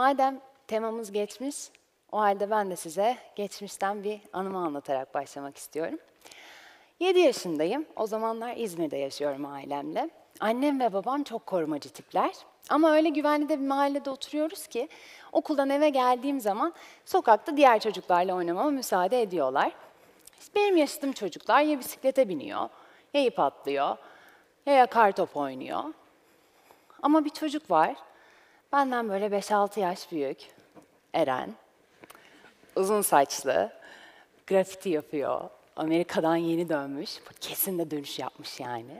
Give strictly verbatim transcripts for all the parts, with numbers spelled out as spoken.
Madem temamız geçmiş, o halde ben de size geçmişten bir anımı anlatarak başlamak istiyorum. yedi yaşındayım. O zamanlar İzmir'de yaşıyorum ailemle. Annem ve babam çok korumacı tipler. Ama öyle güvenli de bir mahallede oturuyoruz ki okuldan eve geldiğim zaman sokakta diğer çocuklarla oynamama müsaade ediyorlar. İşte benim yaşadığım çocuklar ya bisiklete biniyor, ya ip atlıyor, ya yakar top oynuyor. Ama bir çocuk var, benden böyle beş altı yaş büyük, Eren. Uzun saçlı, grafiti yapıyor. Amerika'dan yeni dönmüş. Kesin de dönüş yapmış yani.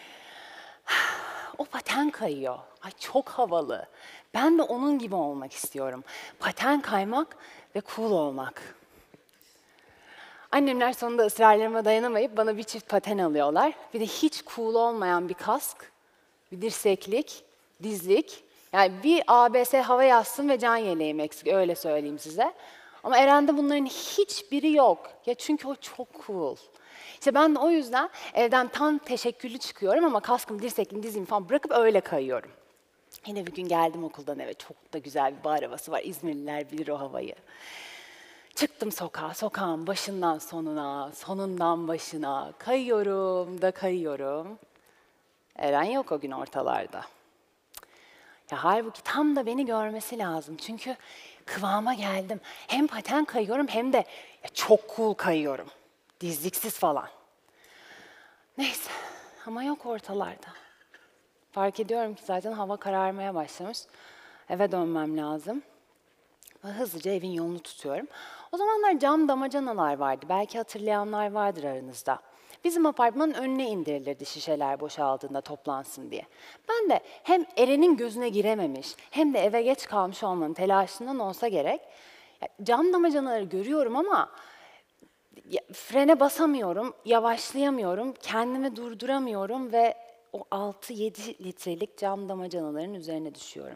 O paten kayıyor. Ay çok havalı. Ben de onun gibi olmak istiyorum. Paten kaymak ve cool olmak. Annemler sonunda ısrarlarıma dayanamayıp bana bir çift paten alıyorlar. Bir de hiç cool olmayan bir kask, bir dirseklik, dizlik. Yani bir A B S hava yastığım ve can yeleğim eksik, öyle söyleyeyim size. Ama Eren'de bunların hiçbiri yok. Ya çünkü o çok cool. İşte ben de o yüzden evden tam teşekküllü çıkıyorum ama kaskımı, dirsekliğimi, dizimi falan bırakıp öyle kayıyorum. Yine bir gün geldim okuldan eve. Çok da güzel bir bahar havası var. İzmirliler bilir o havayı. Çıktım sokağa, sokağın başından sonuna, sonundan başına. Kayıyorum da kayıyorum. Eren yok o gün ortalarda. Ya halbuki tam da beni görmesi lazım. Çünkü kıvama geldim. Hem paten kayıyorum hem de ya çok cool kayıyorum. Dizliksiz falan. Neyse ama yok ortalarda. Fark ediyorum ki zaten hava kararmaya başlamış. Eve dönmem lazım. Ve hızlıca evin yolunu tutuyorum. O zamanlar cam damacanalar vardı. Belki hatırlayanlar vardır aranızda. Bizim apartmanın önüne indirilirdi şişeler boşaldığında toplansın diye. Ben de hem Eren'in gözüne girememiş hem de eve geç kalmış olmanın telaşından olsa gerek ya cam damacanaları görüyorum ama ya, frene basamıyorum, yavaşlayamıyorum, kendimi durduramıyorum ve o altı yedi litrelik cam damacanaların üzerine düşüyorum.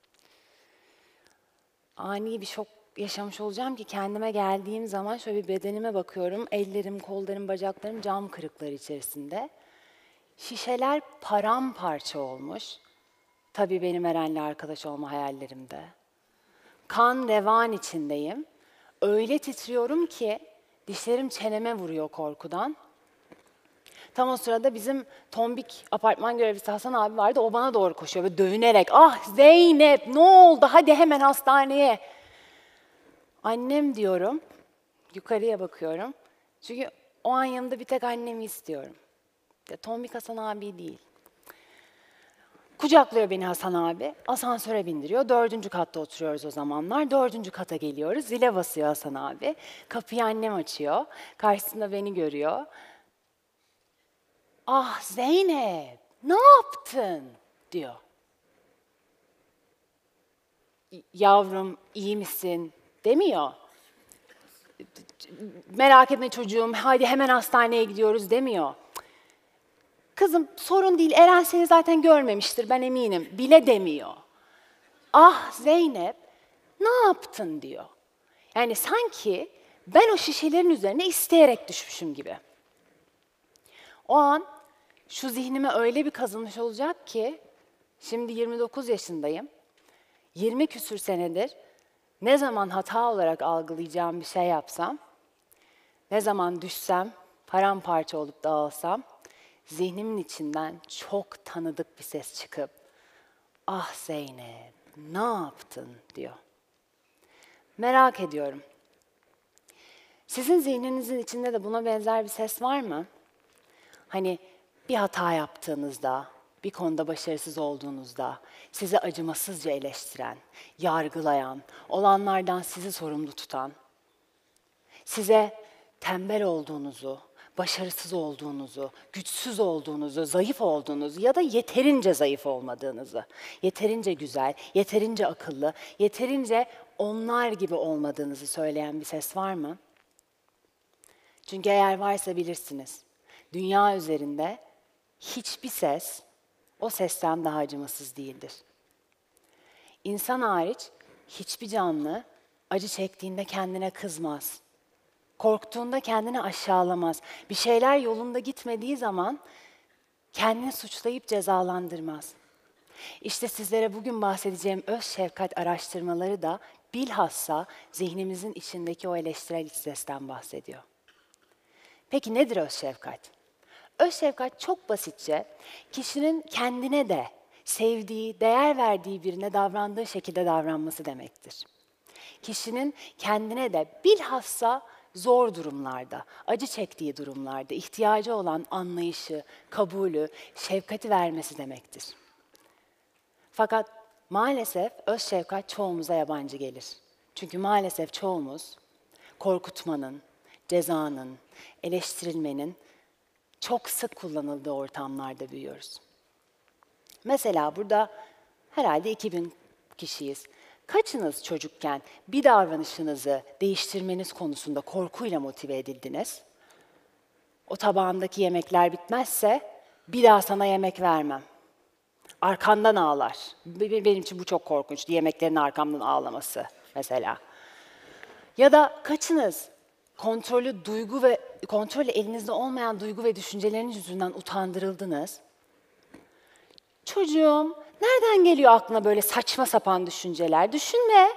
Ani bir şok yaşamış olacağım ki kendime geldiğim zaman şöyle bir bedenime bakıyorum. Ellerim, kollarım, bacaklarım cam kırıkları içerisinde. Şişeler paramparça olmuş. Tabii benim Eren'le arkadaş olma hayallerimde. Kan revan içindeyim. Öyle titriyorum ki dişlerim çeneme vuruyor korkudan. Tam o sırada bizim tombik apartman görevlisi Hasan abi vardı. O bana doğru koşuyor ve dövünerek "Ah Zeynep ne oldu? Hadi hemen hastaneye." Annem diyorum. Yukarıya bakıyorum. Çünkü o an yanımda bir tek annemi istiyorum. Ya, tombik Hasan abi değil. Kucaklıyor beni Hasan abi. Asansöre bindiriyor. Dördüncü katta oturuyoruz o zamanlar. Dördüncü kata geliyoruz. Zile basıyor Hasan abi. Kapıyı annem açıyor. Karşısında beni görüyor. "Ah Zeynep, ne yaptın?" diyor. "Yavrum, iyi misin?" demiyor. "Merak etme çocuğum, hadi hemen hastaneye gidiyoruz." demiyor. "Kızım sorun değil, Eren seni zaten görmemiştir, ben eminim." bile demiyor. "Ah Zeynep, ne yaptın?" diyor. Yani sanki ben o şişelerin üzerine isteyerek düşmüşüm gibi. O an şu zihnime öyle bir kazınmış olacak ki, şimdi yirmi dokuz yaşındayım. yirmi küsür senedir ne zaman hata olarak algılayacağım bir şey yapsam, ne zaman düşsem, paramparça olup dağılsam, zihnimin içinden çok tanıdık bir ses çıkıp, "Ah Zeynep, ne yaptın?" diyor. Merak ediyorum. Sizin zihninizin içinde de buna benzer bir ses var mı? Hani bir hata yaptığınızda, bir konuda başarısız olduğunuzda, sizi acımasızca eleştiren, yargılayan, olanlardan sizi sorumlu tutan, size tembel olduğunuzu, başarısız olduğunuzu, güçsüz olduğunuzu, zayıf olduğunuzu ya da yeterince zayıf olmadığınızı, yeterince güzel, yeterince akıllı, yeterince onlar gibi olmadığınızı söyleyen bir ses var mı? Çünkü eğer varsa bilirsiniz. Dünya üzerinde hiçbir ses o sesten daha acımasız değildir. İnsan hariç hiçbir canlı acı çektiğinde kendine kızmaz. Korktuğunda kendini aşağılamaz. Bir şeyler yolunda gitmediği zaman kendini suçlayıp cezalandırmaz. İşte sizlere bugün bahsedeceğim öz şefkat araştırmaları da bilhassa zihnimizin içindeki o eleştirel iç sesten bahsediyor. Peki nedir öz şefkat? Öz şefkat çok basitçe kişinin kendine de sevdiği, değer verdiği birine davrandığı şekilde davranması demektir. Kişinin kendine de bilhassa zor durumlarda, acı çektiği durumlarda ihtiyacı olan anlayışı, kabulü, şefkati vermesi demektir. Fakat maalesef öz şefkat çoğumuza yabancı gelir. Çünkü maalesef çoğumuz korkutmanın, cezanın, eleştirilmenin çok sık kullanıldığı ortamlarda büyüyoruz. Mesela burada herhalde iki bin kişiyiz. Kaçınız çocukken bir davranışınızı değiştirmeniz konusunda korkuyla motive edildiniz? O tabağındaki yemekler bitmezse bir daha sana yemek vermem. Arkandan ağlar. Benim için bu çok korkunçtu, yemeklerin arkamdan ağlaması mesela. Ya da kaçınız kontrolü duygu ve kontrolü elinizde olmayan duygu ve düşünceleriniz yüzünden utandırıldınız? Çocuğum, nereden geliyor aklına böyle saçma sapan düşünceler? Düşünme.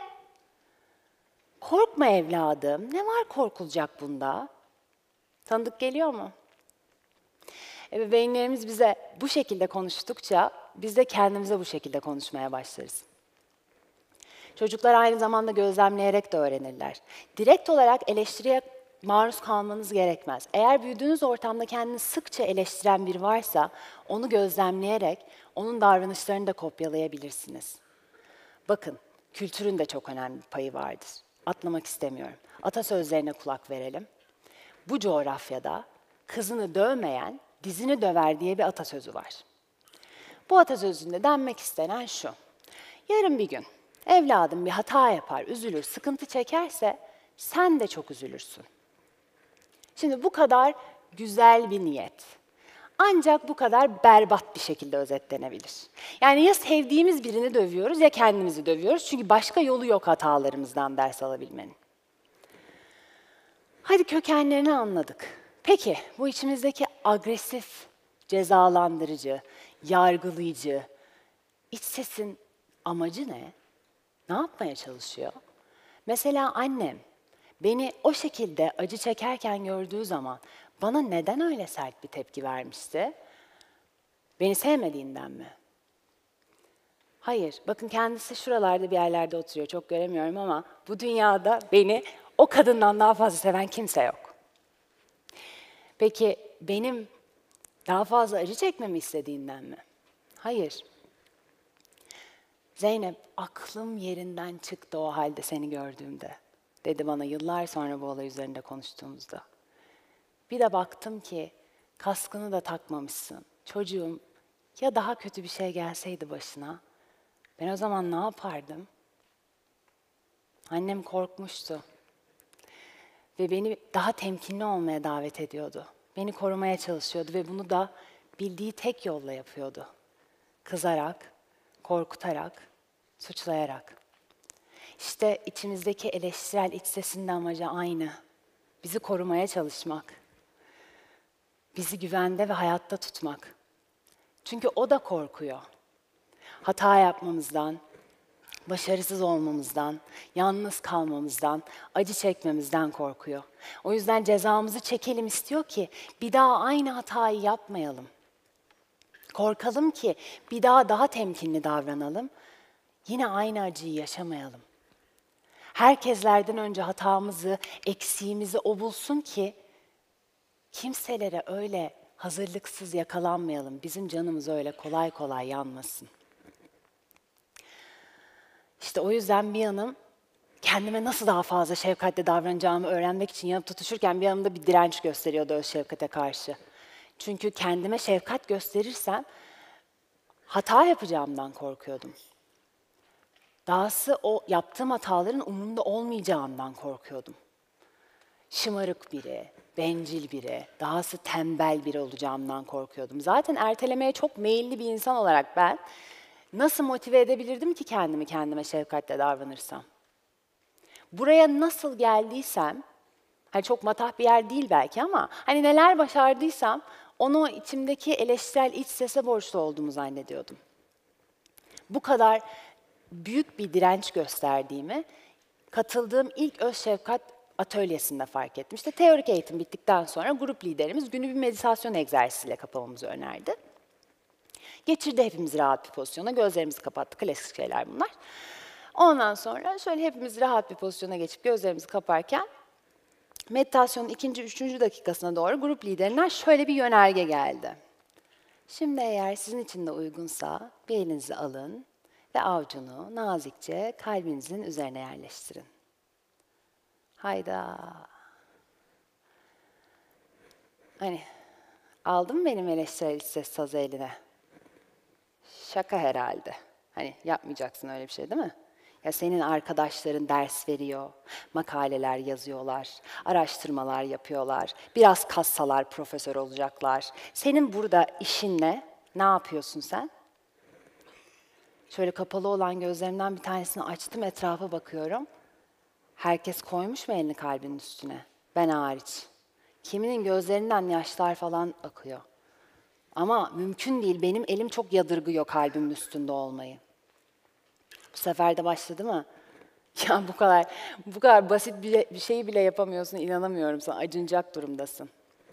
Korkma evladım. Ne var korkulacak bunda? Tanıdık geliyor mu? Ebeveynlerimiz bize bu şekilde konuştukça biz de kendimize bu şekilde konuşmaya başlarız. Çocuklar aynı zamanda gözlemleyerek de öğrenirler. Direkt olarak eleştiriye maruz kalmanız gerekmez. Eğer büyüdüğünüz ortamda kendini sıkça eleştiren biri varsa onu gözlemleyerek onun davranışlarını da kopyalayabilirsiniz. Bakın, kültürün de çok önemli bir payı vardır. Atlamak istemiyorum. Atasözlerine kulak verelim. Bu coğrafyada kızını dövmeyen dizini döver diye bir atasözü var. Bu atasözünde denmek istenen şu. Yarın bir gün evladım bir hata yapar, üzülür, sıkıntı çekerse sen de çok üzülürsün. Şimdi bu kadar güzel bir niyet. Ancak bu kadar berbat bir şekilde özetlenebilir. Yani ya sevdiğimiz birini dövüyoruz ya kendimizi dövüyoruz. Çünkü başka yolu yok hatalarımızdan ders alabilmenin. Hadi kökenlerini anladık. Peki bu içimizdeki agresif, cezalandırıcı, yargılayıcı iç sesin amacı ne? Ne yapmaya çalışıyor? Mesela annem beni o şekilde acı çekerken gördüğü zaman bana neden öyle sert bir tepki vermişti? Beni sevmediğinden mi? Hayır, bakın kendisi şuralarda bir yerlerde oturuyor, çok göremiyorum ama bu dünyada beni o kadından daha fazla seven kimse yok. Peki benim daha fazla acı çekmemi istediğinden mi? Hayır. Zeynep, aklım yerinden çıktı o halde seni gördüğümde, dedi bana yıllar sonra bu olay üzerinde konuştuğumuzda. Bir de baktım ki kaskını da takmamışsın. Çocuğum, ya daha kötü bir şey gelseydi başına, ben o zaman ne yapardım? Annem korkmuştu ve beni daha temkinli olmaya davet ediyordu. Beni korumaya çalışıyordu ve bunu da bildiği tek yolla yapıyordu. Kızarak, korkutarak, suçlayarak. İşte içimizdeki eleştirel iç sesin de amacı aynı. Bizi korumaya çalışmak. Bizi güvende ve hayatta tutmak. Çünkü o da korkuyor. Hata yapmamızdan, başarısız olmamızdan, yalnız kalmamızdan, acı çekmemizden korkuyor. O yüzden cezamızı çekelim istiyor ki bir daha aynı hatayı yapmayalım. Korkalım ki bir daha daha temkinli davranalım, yine aynı acıyı yaşamayalım. Herkeslerden önce hatamızı, eksiğimizi o bulsun ki kimselere öyle hazırlıksız yakalanmayalım. Bizim canımız öyle kolay kolay yanmasın. İşte o yüzden bir yanım kendime nasıl daha fazla şefkatle davranacağımı öğrenmek için yanıp tutuşurken bir yanımda bir direnç gösteriyordu o şefkate karşı. Çünkü kendime şefkat gösterirsem hata yapacağımdan korkuyordum. Dahası o yaptığım hataların umurumda olmayacağından korkuyordum. Şımarık biri, bencil biri, dahası tembel biri olacağımdan korkuyordum. Zaten ertelemeye çok meyilli bir insan olarak ben nasıl motive edebilirdim ki kendimi kendime şefkatle davranırsam? Buraya nasıl geldiysem, hani çok matah bir yer değil belki ama hani neler başardıysam onu içimdeki eleştirel iç sese borçlu olduğumu zannediyordum. Bu kadar büyük bir direnç gösterdiğimi katıldığım ilk öz şefkat atölyesinde fark ettim. İşte teorik eğitim bittikten sonra grup liderimiz günü bir meditasyon egzersiziyle kapamamızı önerdi. Geçirdi hepimizi rahat bir pozisyona, gözlerimizi kapattı, klasik şeyler bunlar. Ondan sonra şöyle hepimiz rahat bir pozisyona geçip gözlerimizi kaparken meditasyonun ikinci, üçüncü dakikasına doğru grup liderinden şöyle bir yönerge geldi. Şimdi eğer sizin için de uygunsa bir elinizi alın ve avucunu nazikçe kalbinizin üzerine yerleştirin. Hayda. Hani aldın mı benim eleştirel ses sazı eline? Şaka herhalde. Hani yapmayacaksın öyle bir şey değil mi? Ya senin arkadaşların ders veriyor, makaleler yazıyorlar, araştırmalar yapıyorlar, biraz kassalar profesör olacaklar. Senin burada işin ne? Ne yapıyorsun sen? Şöyle kapalı olan gözlerimden bir tanesini açtım, etrafa bakıyorum. Herkes koymuş mu elini kalbinin üstüne? Ben hariç. Kiminin gözlerinden yaşlar falan akıyor. Ama mümkün değil, benim elim çok yadırgıyor kalbimin üstünde olmayı. Bu sefer de başladı mı? Ya bu kadar bu kadar basit bir, bir şeyi bile yapamıyorsun, inanamıyorum sana, acınacak durumdasın.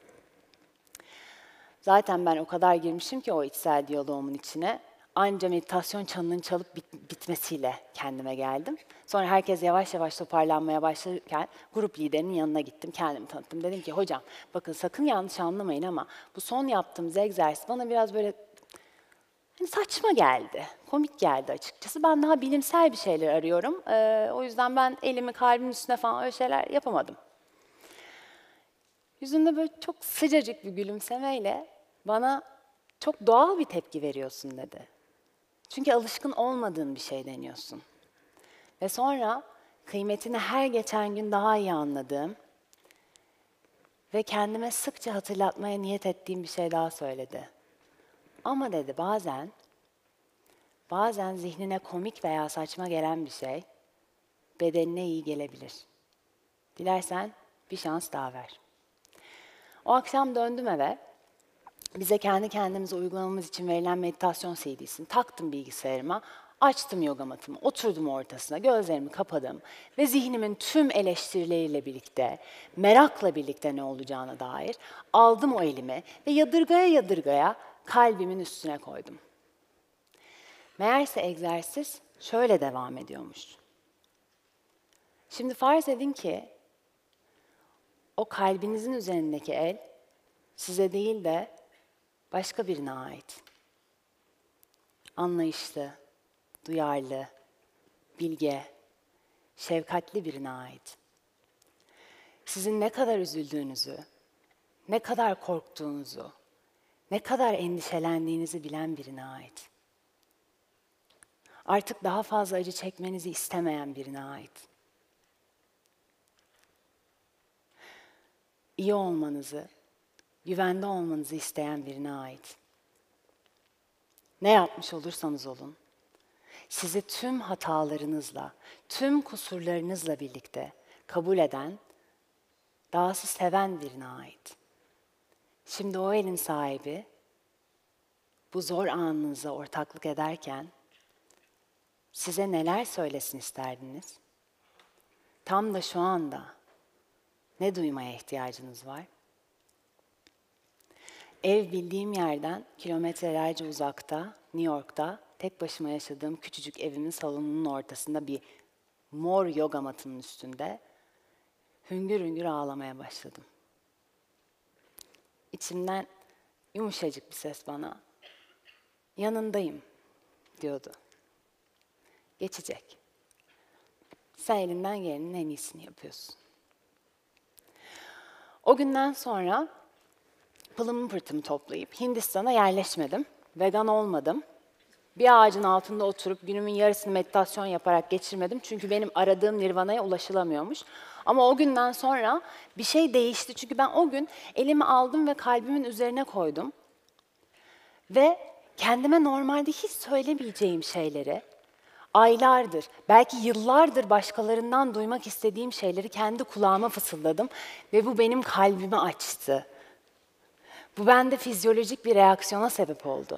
Zaten ben o kadar girmişim ki o içsel diyaloğumun içine, anca meditasyon çanının çalıp bit, bitmesiyle kendime geldim. Sonra herkes yavaş yavaş toparlanmaya başlarken grup liderinin yanına gittim, kendimi tanıttım. Dedim ki hocam bakın sakın yanlış anlamayın ama bu son yaptığımız egzersiz bana biraz böyle yani saçma geldi, komik geldi açıkçası. Ben daha bilimsel bir şeyler arıyorum. Ee, o yüzden ben elimi kalbimin üstüne falan öyle şeyler yapamadım. Yüzünde böyle çok sıcacık bir gülümsemeyle bana çok doğal bir tepki veriyorsun dedi. Çünkü alışkın olmadığın bir şey deniyorsun. Ve sonra kıymetini her geçen gün daha iyi anladığım ve kendime sıkça hatırlatmaya niyet ettiğim bir şey daha söyledi. Ama dedi bazen, bazen zihnine komik veya saçma gelen bir şey bedenine iyi gelebilir. Dilersen bir şans daha ver. O akşam döndüm eve. Bize kendi kendimize uygulamamız için verilen meditasyon C D'sini taktım bilgisayarıma, açtım yoga matımı, oturdum ortasına, gözlerimi kapadım ve zihnimin tüm eleştirileriyle birlikte, merakla birlikte ne olacağına dair aldım o elimi ve yadırgaya yadırgaya kalbimin üstüne koydum. Meğerse egzersiz şöyle devam ediyormuş. Şimdi farz edin ki o kalbinizin üzerindeki el size değil de başka birine ait. Anlayışlı, duyarlı, bilge, şefkatli birine ait. Sizin ne kadar üzüldüğünüzü, ne kadar korktuğunuzu, ne kadar endişelendiğinizi bilen birine ait. Artık daha fazla acı çekmenizi istemeyen birine ait. İyi olmanızı, güvende olmanızı isteyen birine ait. Ne yapmış olursanız olun, sizi tüm hatalarınızla, tüm kusurlarınızla birlikte kabul eden, dahası seven birine ait. Şimdi o elin sahibi, bu zor anınıza ortaklık ederken, size neler söylesin isterdiniz? Tam da şu anda ne duymaya ihtiyacınız var? Ev bildiğim yerden kilometrelerce uzakta, New York'ta, tek başıma yaşadığım küçücük evimin salonunun ortasında bir mor yoga matının üstünde hüngür hüngür ağlamaya başladım. İçimden yumuşacık bir ses bana, yanındayım diyordu. Geçecek. Sen elinden gelenin en iyisini yapıyorsun. O günden sonra pılımı pırtımı toplayıp Hindistan'a yerleşmedim. Vegan olmadım. Bir ağacın altında oturup günümün yarısını meditasyon yaparak geçirmedim. Çünkü benim aradığım nirvanaya ulaşılamıyormuş. Ama o günden sonra bir şey değişti. Çünkü ben o gün elimi aldım ve kalbimin üzerine koydum. Ve kendime normalde hiç söylemeyeceğim şeyleri, aylardır, belki yıllardır başkalarından duymak istediğim şeyleri kendi kulağıma fısıldadım. Ve bu benim kalbimi açtı. Bu bende fizyolojik bir reaksiyona sebep oldu.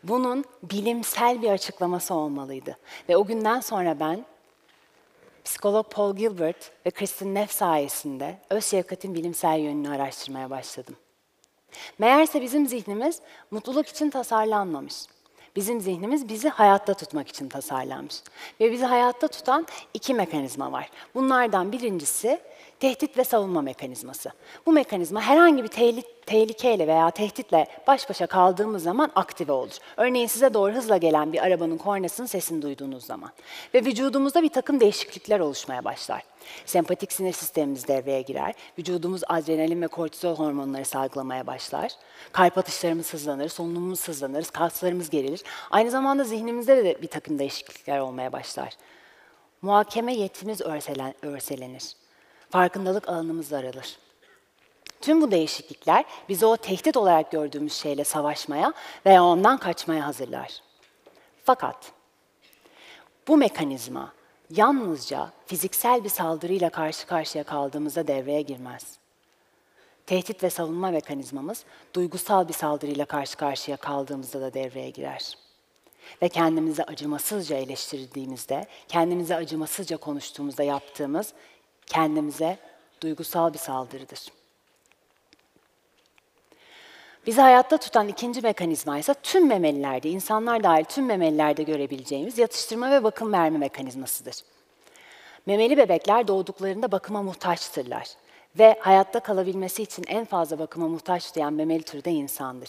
Bunun bilimsel bir açıklaması olmalıydı. Ve o günden sonra ben psikolog Paul Gilbert ve Kristin Neff sayesinde öz şefkatin bilimsel yönünü araştırmaya başladım. Meğerse bizim zihnimiz mutluluk için tasarlanmamış. Bizim zihnimiz bizi hayatta tutmak için tasarlanmış. Ve bizi hayatta tutan iki mekanizma var. Bunlardan birincisi tehdit ve savunma mekanizması. Bu mekanizma herhangi bir tehli- tehlikeyle veya tehditle baş başa kaldığımız zaman aktive olur. Örneğin size doğru hızla gelen bir arabanın kornasının sesini duyduğunuz zaman. Ve vücudumuzda bir takım değişiklikler oluşmaya başlar. Sempatik sinir sistemimiz devreye girer. Vücudumuz adrenalin ve kortizol hormonları salgılamaya başlar. Kalp atışlarımız hızlanır, solunumumuz hızlanır, kaslarımız gerilir. Aynı zamanda zihnimizde de bir takım değişiklikler olmaya başlar. Muhakeme yetimiz örselen, örselenir. Farkındalık alanımız daralır. Tüm bu değişiklikler bizi o tehdit olarak gördüğümüz şeyle savaşmaya veya ondan kaçmaya hazırlar. Fakat bu mekanizma yalnızca fiziksel bir saldırıyla karşı karşıya kaldığımızda devreye girmez. Tehdit ve savunma mekanizmamız duygusal bir saldırıyla karşı karşıya kaldığımızda da devreye girer. Ve kendimizi acımasızca eleştirdiğimizde, kendimize acımasızca konuştuğumuzda yaptığımız kendimize duygusal bir saldırıdır. Bizi hayatta tutan ikinci mekanizma ise tüm memelilerde, insanlar dahil tüm memelilerde görebileceğimiz yatıştırma ve bakım verme mekanizmasıdır. Memeli bebekler doğduklarında bakıma muhtaçtırlar ve hayatta kalabilmesi için en fazla bakıma muhtaç diyen memeli türde insandır.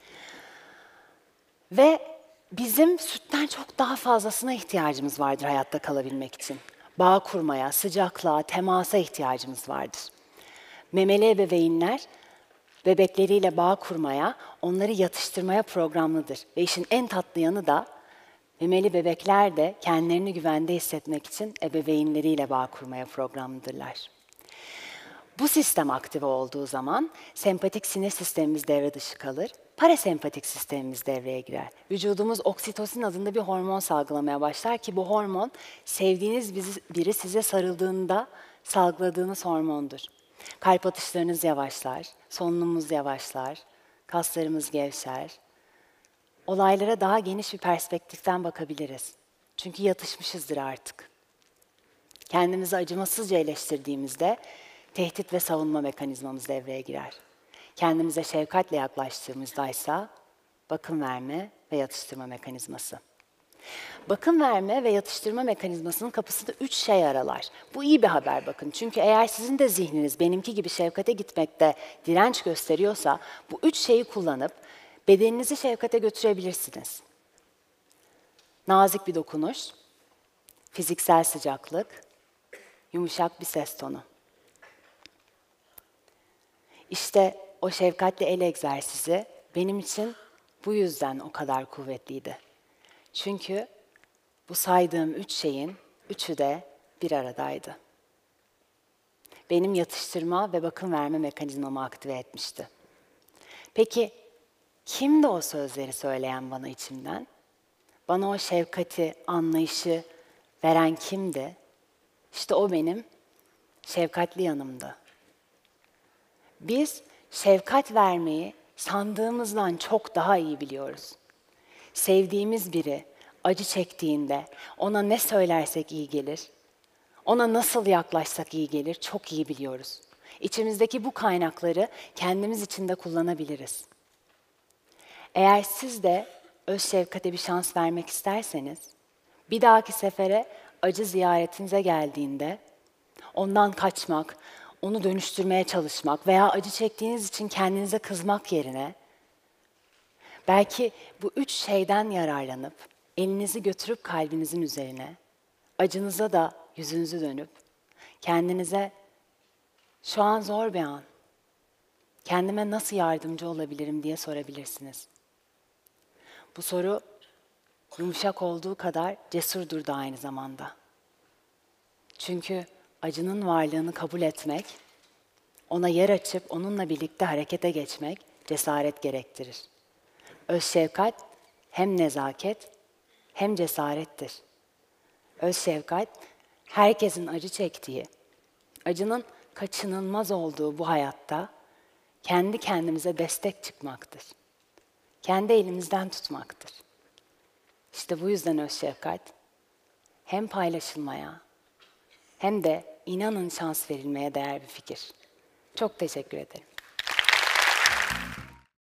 Ve bizim sütten çok daha fazlasına ihtiyacımız vardır hayatta kalabilmek için. Bağ kurmaya, sıcaklığa, temasa ihtiyacımız vardır. Memeli ebeveynler bebekleriyle bağ kurmaya, onları yatıştırmaya programlıdır. Ve işin en tatlı yanı da memeli bebekler de kendilerini güvende hissetmek için ebeveynleriyle bağ kurmaya programlıdırlar. Bu sistem aktive olduğu zaman sempatik sinir sistemimiz devre dışı kalır, parasempatik sistemimiz devreye girer. Vücudumuz oksitosin adında bir hormon salgılamaya başlar ki bu hormon sevdiğiniz biri size sarıldığında salgıladığınız hormondur. Kalp atışlarınız yavaşlar, solunumumuz yavaşlar, kaslarımız gevşer. Olaylara daha geniş bir perspektiften bakabiliriz. Çünkü yatışmışızdır artık. Kendimizi acımasızca eleştirdiğimizde tehdit ve savunma mekanizmamız devreye girer. Kendimize şefkatle yaklaştığımızda ise bakım verme ve yatıştırma mekanizması. Bakım verme ve yatıştırma mekanizmasının kapısında üç şey aralar. Bu iyi bir haber bakın. Çünkü eğer sizin de zihniniz benimki gibi şefkate gitmekte direnç gösteriyorsa bu üç şeyi kullanıp bedeninizi şefkate götürebilirsiniz. Nazik bir dokunuş, fiziksel sıcaklık, yumuşak bir ses tonu. İşte o şefkatli el egzersizi benim için bu yüzden o kadar kuvvetliydi. Çünkü bu saydığım üç şeyin üçü de bir aradaydı. Benim yatıştırma ve bakım verme mekanizmamı aktive etmişti. Peki kimdi o sözleri söyleyen bana içimden? Bana o şefkati, anlayışı veren kimdi? İşte o benim şefkatli yanımdı. Biz şefkat vermeyi sandığımızdan çok daha iyi biliyoruz. Sevdiğimiz biri acı çektiğinde ona ne söylersek iyi gelir, ona nasıl yaklaşsak iyi gelir çok iyi biliyoruz. İçimizdeki bu kaynakları kendimiz için de kullanabiliriz. Eğer siz de öz şefkate bir şans vermek isterseniz, bir dahaki sefere acı ziyaretinize geldiğinde ondan kaçmak, onu dönüştürmeye çalışmak veya acı çektiğiniz için kendinize kızmak yerine belki bu üç şeyden yararlanıp elinizi götürüp kalbinizin üzerine, acınıza da yüzünüzü dönüp kendinize şu an zor bir an, kendime nasıl yardımcı olabilirim diye sorabilirsiniz. Bu soru yumuşak olduğu kadar cesurdur da aynı zamanda. Çünkü acının varlığını kabul etmek, ona yer açıp onunla birlikte harekete geçmek cesaret gerektirir. Öz şefkat hem nezaket hem cesarettir. Öz şefkat herkesin acı çektiği, acının kaçınılmaz olduğu bu hayatta kendi kendimize destek çıkmaktır. kendi elimizden tutmaktır. İşte bu yüzden öz şefkat hem paylaşılmaya hem de inanın şans verilmeye değer bir fikir. Çok teşekkür ederim.